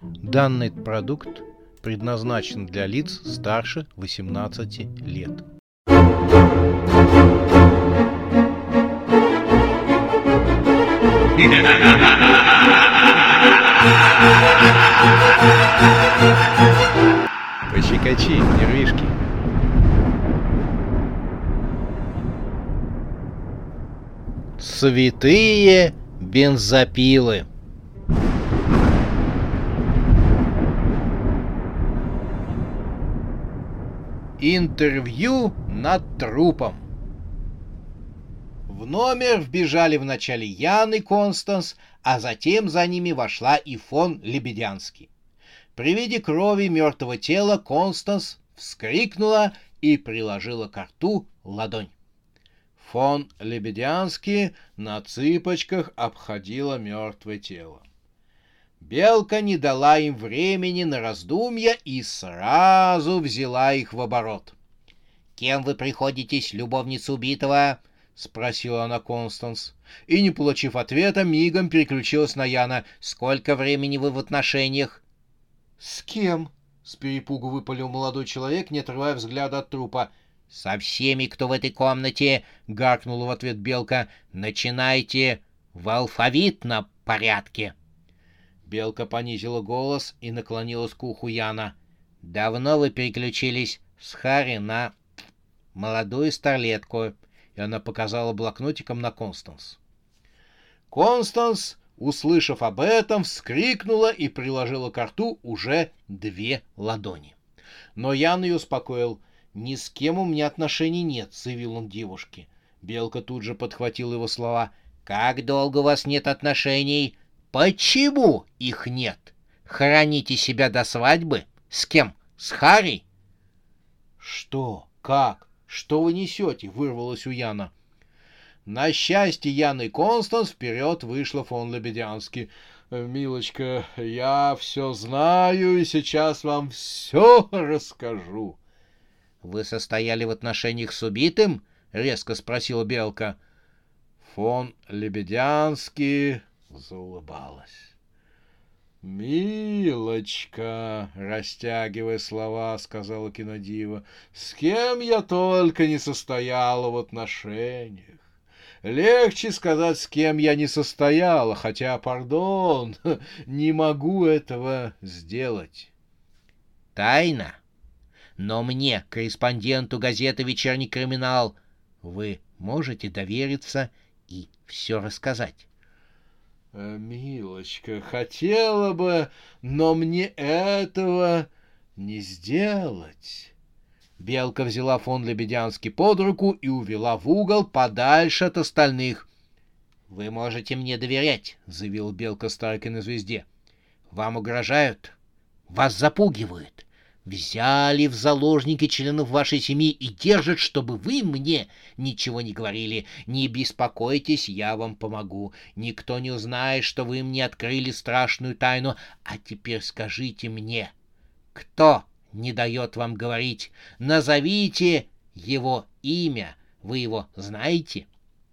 Данный продукт предназначен для лиц старше 18 лет. Пощекочи, нервишки. Святые бензопилы. Интервью над трупом. В номер вбежали вначале Ян и Констанс, а затем за ними вошла и фон Лебедянский. При виде крови мертвого тела Констанс вскрикнула и приложила ко рту ладонь. Фон Лебедянский на цыпочках обходила мертвое тело. Белка не дала им времени на раздумья и сразу взяла их в оборот. «Кем вы приходитесь, любовница убитого?» — спросила она Констанс. И, не получив ответа, мигом переключилась на Яна. «Сколько времени вы в отношениях?» «С кем?» — с перепугу выпалил молодой человек, не отрывая взгляда от трупа. «Со всеми, кто в этой комнате!» — гаркнула в ответ Белка. «Начинайте в алфавитном порядке!» Белка понизила голос и наклонилась к уху Яна. «Давно вы переключились с Харри на молодую старлетку?» И она показала блокнотиком на Констанс. Констанс, услышав об этом, вскрикнула и приложила ко рту уже 2 ладони. Но Ян ее успокоил. «Ни с кем у меня отношений нет», — заявил он девушке. Белка тут же подхватила его слова. «Как долго у вас нет отношений?» «Почему их нет? Храните себя до свадьбы? С кем? С Харри?» «Что? Как? Что вы несете?» — вырвалось у Яна. На счастье Яна и Констанс вперед вышла фон Лебедянский. «Милочка, я все знаю и сейчас вам все расскажу». «Вы состояли в отношениях с убитым?» — резко спросила Белка. Фон Лебедянский заулыбалась. «Милочка», — растягивая слова, сказала кинодива, — «с кем я только не состояла в отношениях. Легче сказать, с кем я не состояла, хотя, пардон, не могу этого сделать». «Тайна? Но мне, корреспонденту газеты «Вечерний криминал», вы можете довериться и все рассказать?» «Милочка, хотела бы, но мне этого не сделать». Белка взяла фон Лебедянский под руку и увела в угол подальше от остальных. «Вы можете мне доверять», — заявила Белка старой кинозвезде. «Вам угрожают, вас запугивают. Взяли в заложники членов вашей семьи и держат, чтобы вы мне ничего не говорили. Не беспокойтесь, я вам помогу. Никто не узнает, что вы мне открыли страшную тайну. А теперь скажите мне, кто не дает вам говорить? Назовите его имя. Вы его знаете?»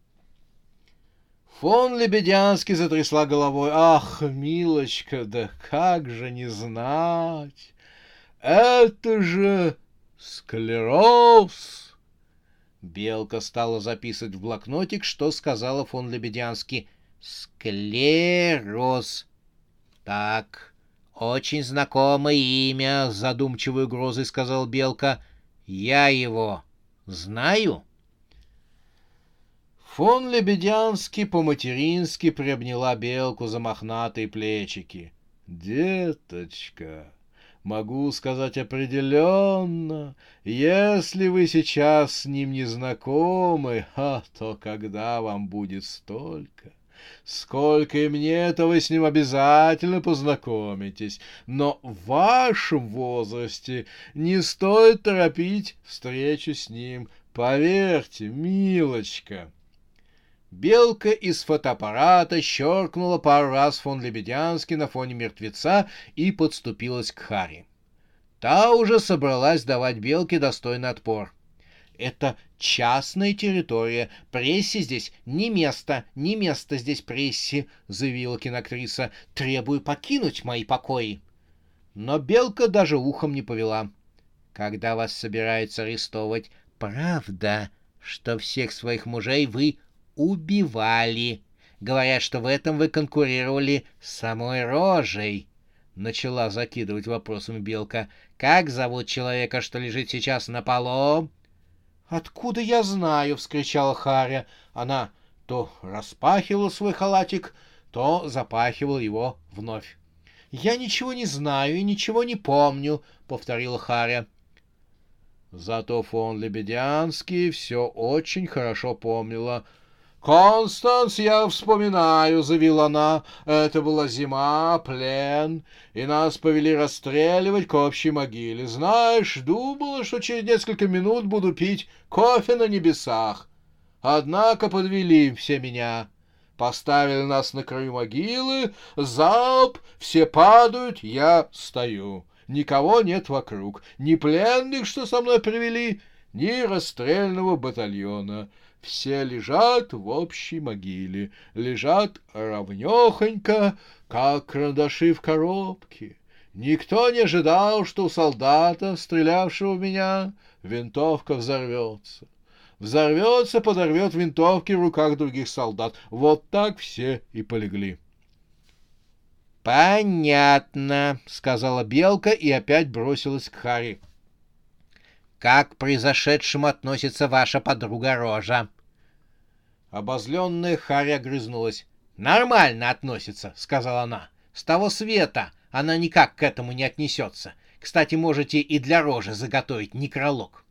Фон Лебедянский затрясла головой. «Ах, милочка, да как же не знать? Это же склероз!» Белка стала записывать в блокнотик, что сказала фон Лебедянский. «Склероз. Так, очень знакомое имя», — с задумчивой угрозой сказал Белка. «Я его знаю?» Фон Лебедянский по-матерински приобняла Белку за мохнатые плечики. «Деточка, могу сказать определенно, если вы сейчас с ним не знакомы, то когда вам будет столько, сколько и мне-то, вы с ним обязательно познакомитесь. Но в вашем возрасте не стоит торопить встречу с ним, поверьте, милочка». Белка из фотоаппарата щелкнула пару раз фон Лебедянский на фоне мертвеца и подступилась к Харри. Та уже собралась давать Белке достойный отпор. «Это частная территория, прессе здесь не место, здесь прессе», — заявила киноактриса. «Требую покинуть мои покои». Но белка даже ухом не повела. Когда вас собираются арестовывать, правда, что всех своих мужей вы убивали? Говорят, что в этом вы конкурировали с самой Рожей. Начала закидывать вопросами белка. Как зовут человека, что лежит сейчас на полу? «Откуда я знаю?» — вскричала Харя. Она то распахивала свой халатик, то запахивала его вновь. «Я ничего не знаю и ничего не помню», — повторила Харя. Зато фон Лебедянский все очень хорошо помнила. «Констанс, я вспоминаю», — заявила она, — «это была зима, плен, и нас повели расстреливать к общей могиле. Знаешь, думала, что через несколько минут буду пить кофе на небесах. Однако подвели все меня. Поставили нас на краю могилы, залп, все падают, я стою. Никого нет вокруг, ни пленных, что со мной привели, ни расстрельного батальона. Все лежат в общей могиле, лежат ровнёхонько, как карандаши в коробке. Никто не ожидал, что у солдата, стрелявшего в меня, винтовка взорвется. Взорвется, подорвет винтовки в руках других солдат. Вот так все и полегли. «Понятно», — сказала белка и опять бросилась к Харе. «Как к произошедшему относится ваша подруга Рожа?» Обозленная Харя огрызнулась. «Нормально относится», — сказала она. «С того света она никак к этому не отнесется. Кстати, можете и для Рожи заготовить некролог».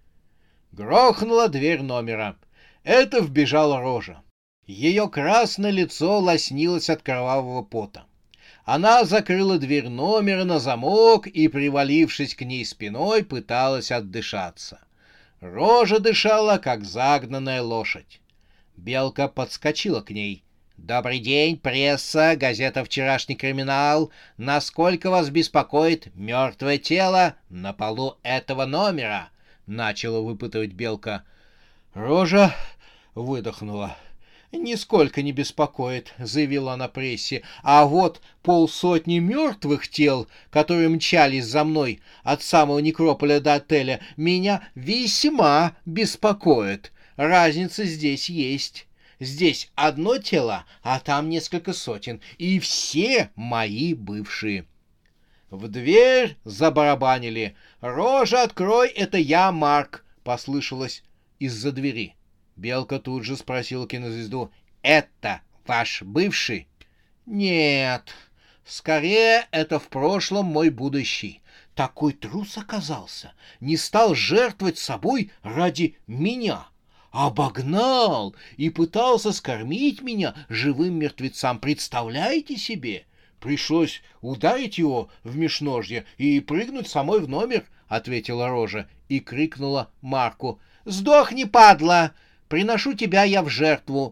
Грохнула дверь номера. Это вбежала Рожа. Ее красное лицо лоснилось от кровавого пота. Она закрыла дверь номера на замок и, привалившись к ней спиной, пыталась отдышаться. Рожа дышала, как загнанная лошадь. Белка подскочила к ней. «Добрый день, пресса, газета «Вчерашний криминал». Насколько вас беспокоит мертвое тело на полу этого номера?» — начала выпытывать белка. Рожа выдохнула. «Нисколько не беспокоит», — заявила она прессе. «А вот 50 мертвых тел, которые мчались за мной от самого некрополя до отеля, меня весьма беспокоит. Разница здесь есть. Здесь одно тело, а там несколько сотен, и все мои бывшие». В дверь забарабанили. «Рожа, открой, это я, Марк», — послышалось из-за двери. Белка тут же спросила кинозвезду: «Это ваш бывший?» «Нет, скорее это в прошлом мой будущий. Такой трус оказался, не стал жертвовать собой ради меня. Обогнал и пытался скормить меня живым мертвецам. Представляете себе? Пришлось ударить его в межножье и прыгнуть самой в номер», — ответила Рожа и крикнула Марку: «Сдохни, падла! Приношу тебя я в жертву».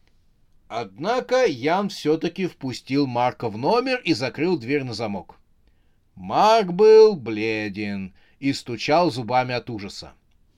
Однако Ян все-таки впустил Марка в номер и закрыл дверь на замок. Марк был бледен и стучал зубами от ужаса.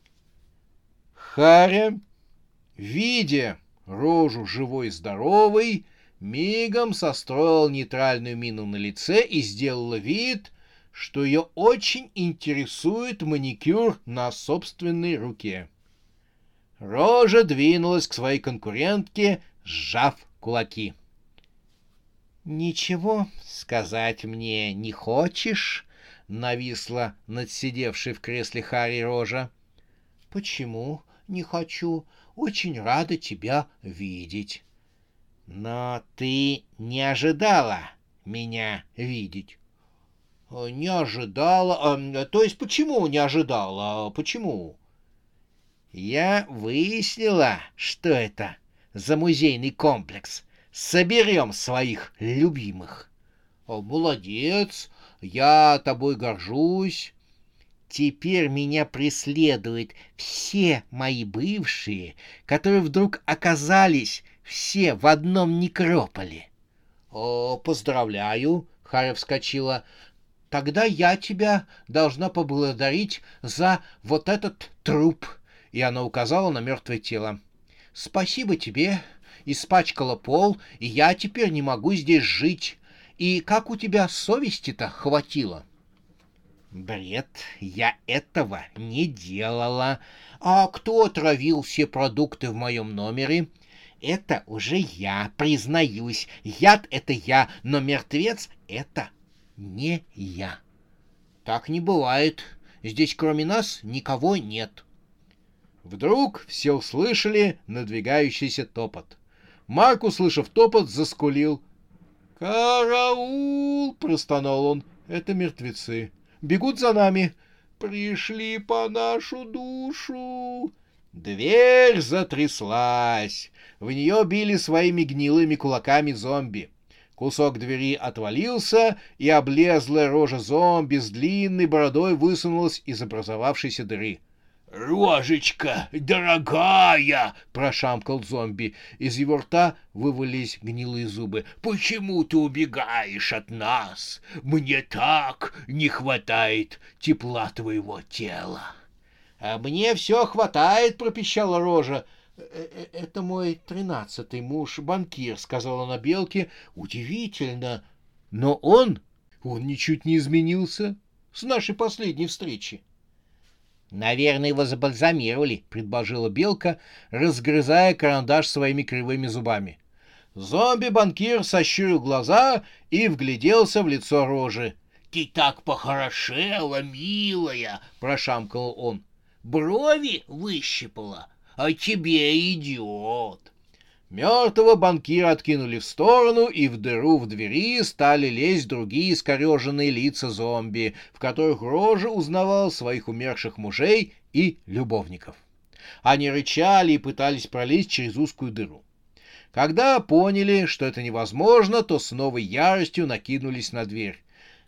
Харя, видя Рожу живой и здоровой, мигом состроила нейтральную мину на лице и сделала вид, что ее очень интересует маникюр на собственной руке. Рожа двинулась к своей конкурентке, сжав кулаки. «Ничего сказать мне не хочешь?» — нависла над сидевшей в кресле Харри Рожа. «Почему не хочу? Очень рада тебя видеть». «Но ты не ожидала меня видеть?» «Не ожидала? То есть почему не ожидала? Почему?» «Я выяснила, что это за музейный комплекс. Соберем своих любимых». «Молодец, я тобой горжусь». «Теперь меня преследуют все мои бывшие, которые вдруг оказались все в одном некрополе». «Поздравляю», — Харя вскочила. «Тогда я тебя должна поблагодарить за вот этот труп». И она указала на мертвое тело. «Спасибо тебе, испачкала пол, и я теперь не могу здесь жить. И как у тебя совести-то хватило? Бред, я этого не делала. А кто отравил все продукты в моем номере? Это уже я, признаюсь. Яд — это я, но мертвец — это не я. Так не бывает. Здесь кроме нас никого нет. Вдруг все услышали надвигающийся топот. Марк, услышав топот, заскулил. «Караул!» — простонал он. «Это мертвецы. Бегут за нами. Пришли по нашу душу!» Дверь затряслась. В нее били своими гнилыми кулаками зомби. Кусок двери отвалился, и облезлая рожа зомби с длинной бородой высунулась из образовавшейся дыры. «Рожечка, дорогая!» — прошамкал зомби. Из его рта вывалились гнилые зубы. «Почему ты убегаешь от нас? Мне так не хватает тепла твоего тела!» «А мне все хватает!» — пропищала рожа. «Это мой 13-й муж, банкир», — сказала она белке. «Удивительно, но он ничуть не изменился с нашей последней встречи». «Наверное, его забальзамировали», — предположила белка, разгрызая карандаш своими кривыми зубами. Зомби-банкир сощурил глаза и вгляделся в лицо рожи. «Ты так похорошела, милая!» — прошамкал он. «Брови выщипала, а тебе идет!» Мертвого банкира откинули в сторону, и в дыру в двери стали лезть другие искореженные лица зомби, в которых рожа узнавал своих умерших мужей и любовников. Они рычали и пытались пролезть через узкую дыру. Когда поняли, что это невозможно, то с новой яростью накинулись на дверь.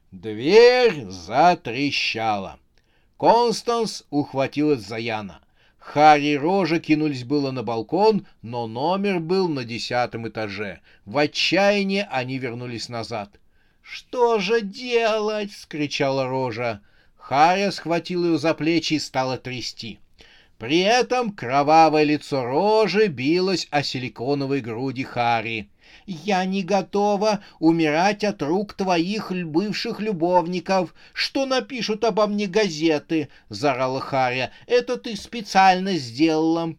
Дверь затрещала. Констанс ухватилась за Яна. Харри и Рожа кинулись было на балкон, но номер был на 10-м этаже. В отчаянии они вернулись назад. «Что же делать?» — скричала Рожа. Харри схватил ее за плечи и стала трясти. При этом кровавое лицо Рожи билось о силиконовой груди Харри. «Я не готова умирать от рук твоих бывших любовников. Что напишут обо мне газеты?» — заорала Харя. «Это ты специально сделала».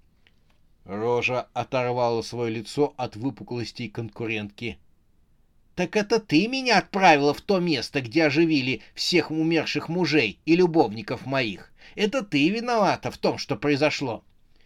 Рожа оторвала свое лицо от выпуклостей конкурентки. «Так это ты меня отправила в то место, где оживили всех умерших мужей и любовников моих? Это ты виновата в том, что произошло?»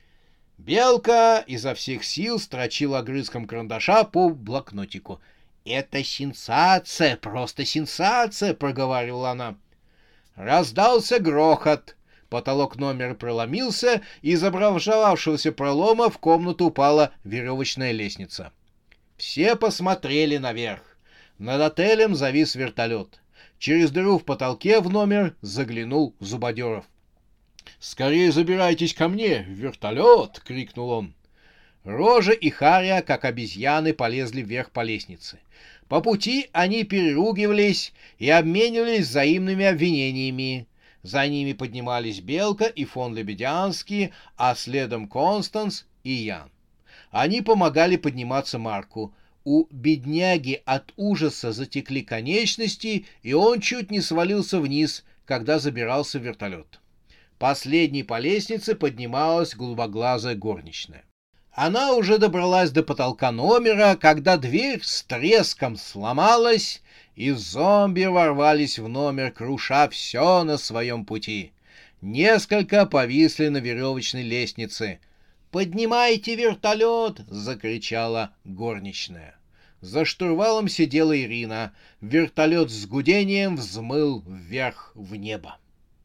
Белка изо всех сил строчила огрызком карандаша по блокнотику. «Это сенсация, просто сенсация!» — проговаривала она. Раздался грохот. Потолок номера проломился, и из образовавшегося пролома в комнату упала веревочная лестница. Все посмотрели наверх. Над отелем завис вертолет. Через дыру в потолке в номер заглянул Зубодеров. «Скорее забирайтесь ко мне в вертолет!» — крикнул он. Рожа и Харя, как обезьяны, полезли вверх по лестнице. По пути они переругивались и обменивались взаимными обвинениями. За ними поднимались Белка и фон Лебедянский, а следом Констанс и Ян. Они помогали подниматься Марку. У бедняги от ужаса затекли конечности, и он чуть не свалился вниз, когда забирался в вертолет. Последней по лестнице поднималась голубоглазая горничная. Она уже добралась до потолка номера, когда дверь с треском сломалась, и зомби ворвались в номер, круша все на своем пути. Несколько повисли на веревочной лестнице. «Поднимайте вертолет!» — закричала горничная. За штурвалом сидела Ирина. Вертолет с гудением взмыл вверх в небо.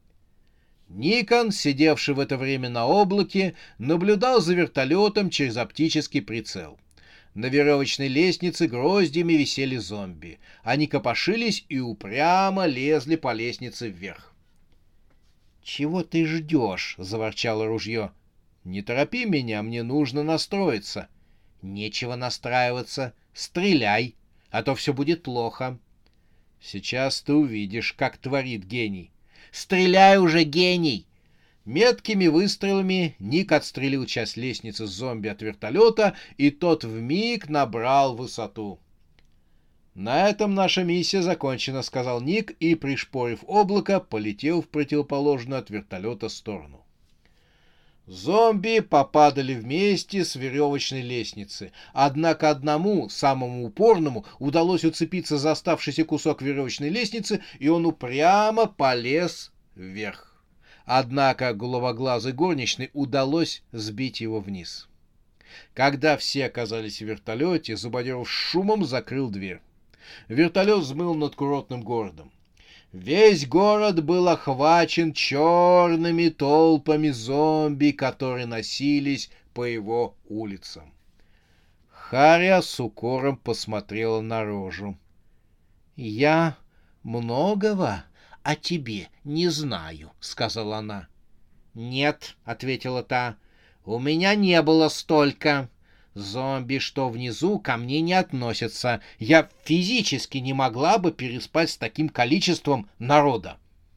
Никон, сидевший в это время на облаке, наблюдал за вертолетом через оптический прицел. На веревочной лестнице гроздями висели зомби. Они копошились и упрямо лезли по лестнице вверх. «Чего ты ждешь?» — заворчало ружье. «Не торопи меня, мне нужно настроиться». «Нечего настраиваться. Стреляй, а то все будет плохо». «Сейчас ты увидишь, как творит гений». «Стреляй уже, гений!» Меткими выстрелами Ник отстрелил часть лестницы зомби от вертолета, и тот вмиг набрал высоту. «На этом наша миссия закончена», — сказал Ник и, пришпорив облако, полетел в противоположную от вертолета сторону. Зомби попадали вместе с веревочной лестницы, однако одному, самому упорному, удалось уцепиться за оставшийся кусок веревочной лестницы, и он упрямо полез вверх. Однако головоглазой горничной удалось сбить его вниз. Когда все оказались в вертолете, Зубодеров шумом закрыл дверь. Вертолет взмыл над курортным городом. Весь город был охвачен черными толпами зомби, которые носились по его улицам. Харя с укором посмотрела на Рожу. «Я многого о тебе не знаю», — сказала она. «Нет», — ответила та, — «у меня не было столько. Зомби, что внизу, ко мне не относятся. Я физически не могла бы переспать с таким количеством народа».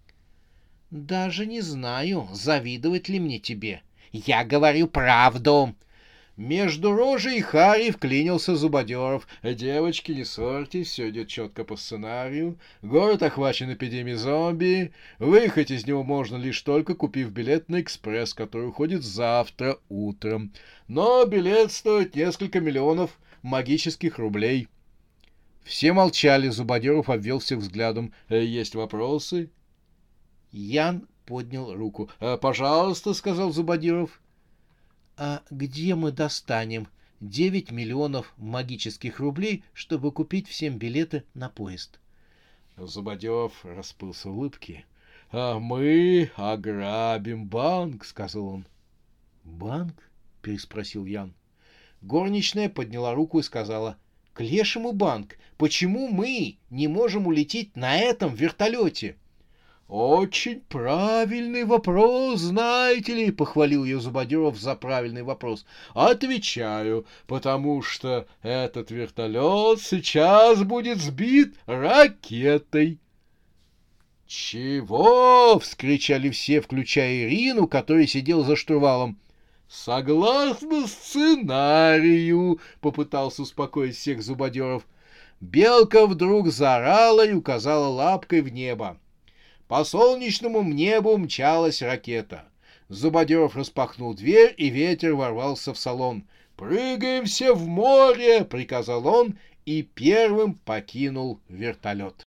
«Даже не знаю, завидовать ли мне тебе. Я говорю правду». Между Рожей и Харри вклинился Зубодеров. «Девочки, не ссорьтесь, все идет четко по сценарию. Город охвачен эпидемией зомби. Выехать из него можно лишь только купив билет на экспресс, который уходит завтра утром. Но билет стоит несколько миллионов магических рублей». Все молчали, Зубодеров обвел всех взглядом. «Есть вопросы?» Ян поднял руку. «Пожалуйста», — сказал Зубодеров. «А где мы достанем 9 миллионов магических рублей, чтобы купить всем билеты на поезд?» Зубодеров расплылся в улыбке. «А мы ограбим банк», — сказал он. «Банк?» — переспросил Ян. Горничная подняла руку и сказала: «К лешему банк! Почему мы не можем улететь на этом вертолете?» «Очень правильный вопрос, знаете ли», — похвалил ее Зубодеров за правильный вопрос. «Отвечаю, потому что этот вертолет сейчас будет сбит ракетой». «Чего?» — вскричали все, включая Ирину, которая сидела за штурвалом. «Согласно сценарию», — попытался успокоить всех Зубодеров. Белка вдруг заорала и указала лапкой в небо. По солнечному небу мчалась ракета. Зубодеров распахнул дверь, и ветер ворвался в салон. «Прыгаем все в море!» — приказал он и первым покинул вертолет.